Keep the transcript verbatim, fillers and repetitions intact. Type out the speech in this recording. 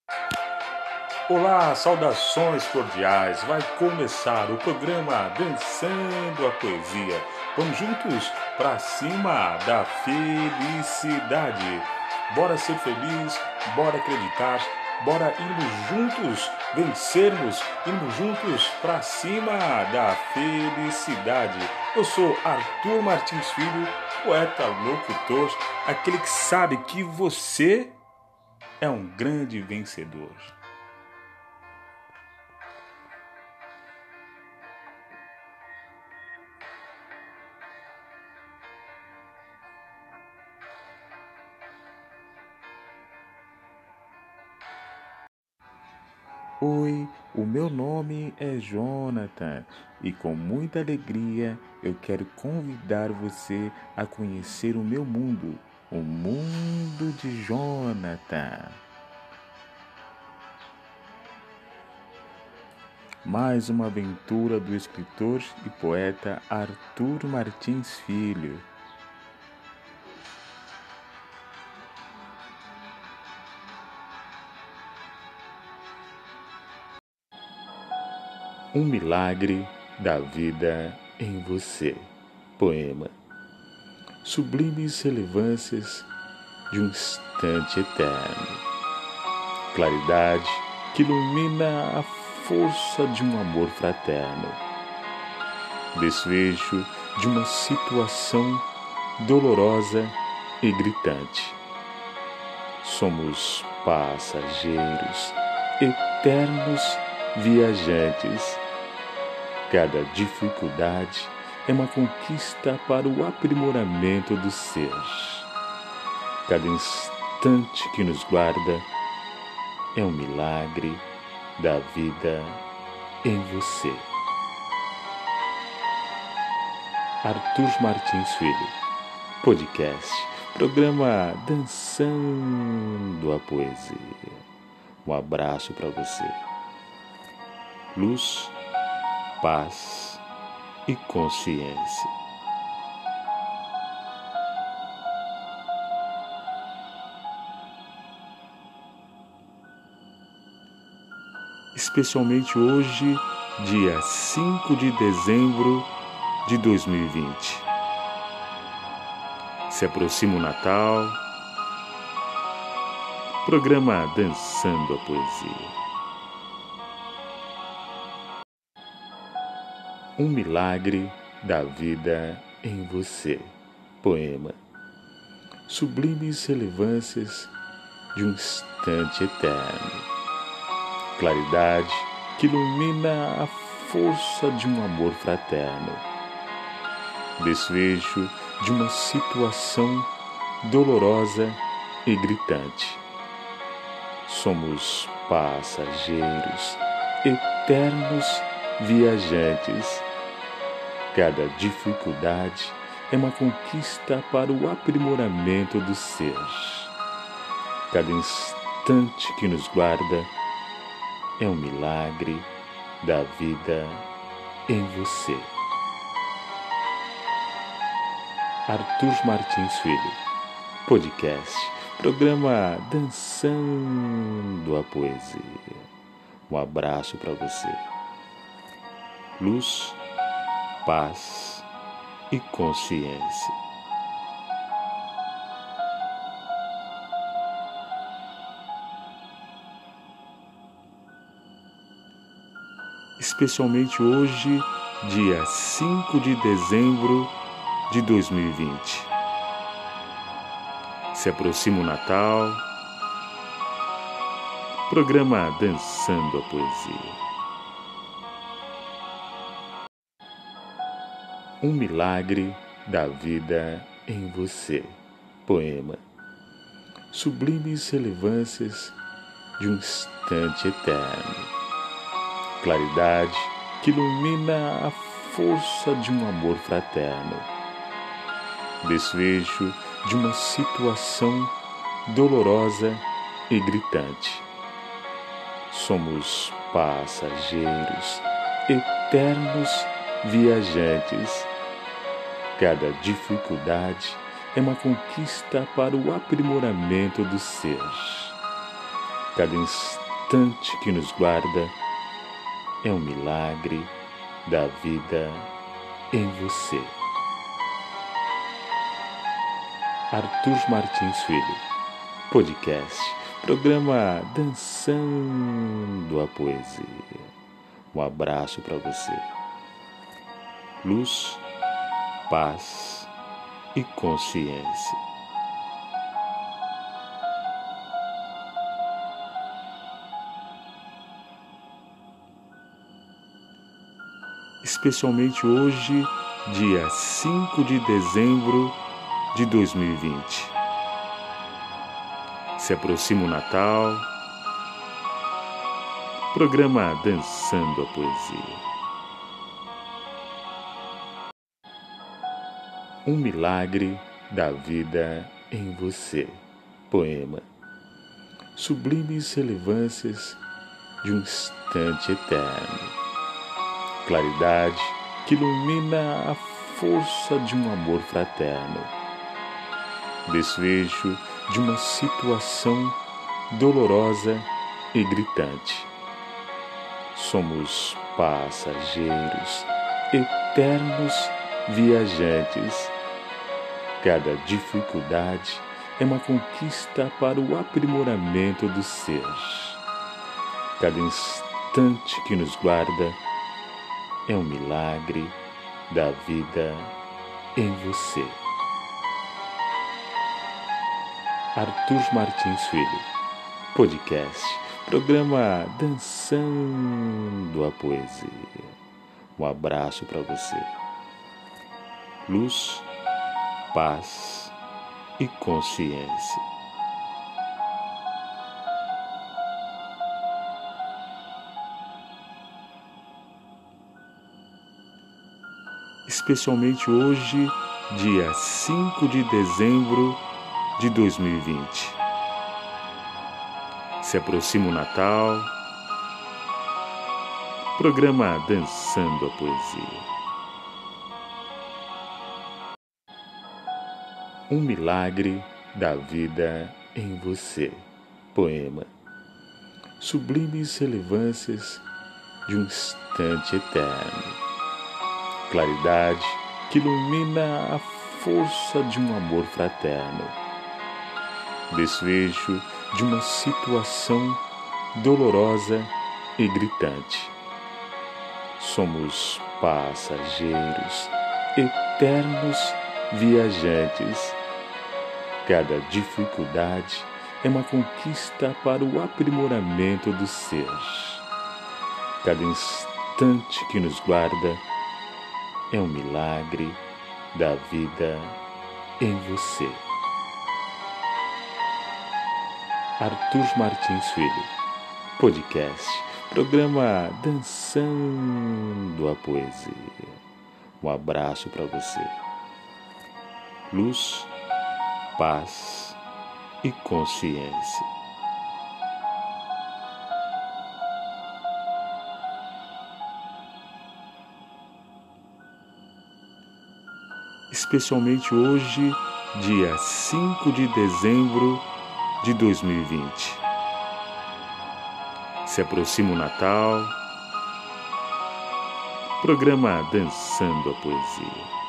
Olá, saudações cordiais. Vai começar o programa Dançando a Poesia. Vamos juntos para cima da felicidade. Bora ser feliz, bora acreditar, bora irmos juntos, vencermos, irmos juntos para cima da felicidade. Eu sou Arthur Martins Filho, poeta, locutor, aquele que sabe que você é um grande vencedor. Oi, o meu nome é Jonathan e com muita alegria eu quero convidar você a conhecer o meu mundo, o mundo de Jonathan. Mais uma aventura do escritor e poeta Arthur Martins Filho. Um milagre da vida em você. Poema. Sublimes relevâncias de um instante eterno. Claridade que ilumina a força de um amor fraterno. Desfecho de uma situação dolorosa e gritante. Somos passageiros, eternos viajantes. Cada dificuldade é uma conquista para o aprimoramento do ser. Cada instante que nos guarda é um milagre da vida em você. Arthur Martins Filho, podcast, programa Dançando a Poesia. Um abraço para você. Luz, paz e consciência. Especialmente hoje, dia cinco de dezembro de dois mil e vinte. Se aproxima o Natal. Programa Dançando a Poesia. Um milagre da vida em você. Poema. Sublimes relevâncias de um instante eterno. Claridade que ilumina a força de um amor fraterno. Desfecho de uma situação dolorosa e gritante. Somos passageiros, eternos viajantes. Cada dificuldade é uma conquista para o aprimoramento do ser. Cada instante que nos guarda é um milagre da vida em você. Arthur Martins Filho, podcast, programa Dançando a Poesia. Um abraço para você. Luz, paz e consciência. Especialmente hoje, dia cinco de dezembro de dois mil e vinte. Se aproxima o Natal. Programa Dançando a Poesia. Um milagre da vida em você. Poema. Sublimes relevâncias de um instante eterno. Claridade que ilumina a força de um amor fraterno. Desfecho de uma situação dolorosa e gritante. Somos passageiros, eternos viajantes. Cada dificuldade é uma conquista para o aprimoramento do ser. Cada instante que nos guarda é um milagre da vida em você. Arthur Martins Filho, podcast, programa Dançando a Poesia. Um abraço para você. Luz, paz e consciência. Especialmente hoje, dia cinco de dezembro de dois mil e vinte. Se aproxima o Natal, programa Dançando a Poesia. Um milagre da vida em você. Poema. Sublimes relevâncias de um instante eterno. Claridade que ilumina a força de um amor fraterno. Desfecho de uma situação dolorosa e gritante. Somos passageiros, eternos viajantes. Cada dificuldade é uma conquista para o aprimoramento do ser. Cada instante que nos guarda é um milagre da vida em você. Arthur Martins Filho, podcast, programa Dançando a Poesia. Um abraço para você. Luz, paz e consciência. Especialmente hoje, dia cinco de dezembro de dois mil e vinte. Se aproxima o Natal, programa Dançando a Poesia. Um milagre da vida em você. Poema. Sublimes relevâncias de um instante eterno. Claridade que ilumina a força de um amor fraterno. Desfecho de uma situação dolorosa e gritante. Somos passageiros, eternos viajantes. Cada dificuldade é uma conquista para o aprimoramento do ser. Cada instante que nos guarda é um milagre da vida em você. Arthur Martins Filho, podcast, programa Dançando a Poesia. Um abraço para você. Luz, paz e consciência. Especialmente hoje, dia cinco de dezembro de dois mil e vinte. Se aproxima o Natal, programa Dançando a Poesia.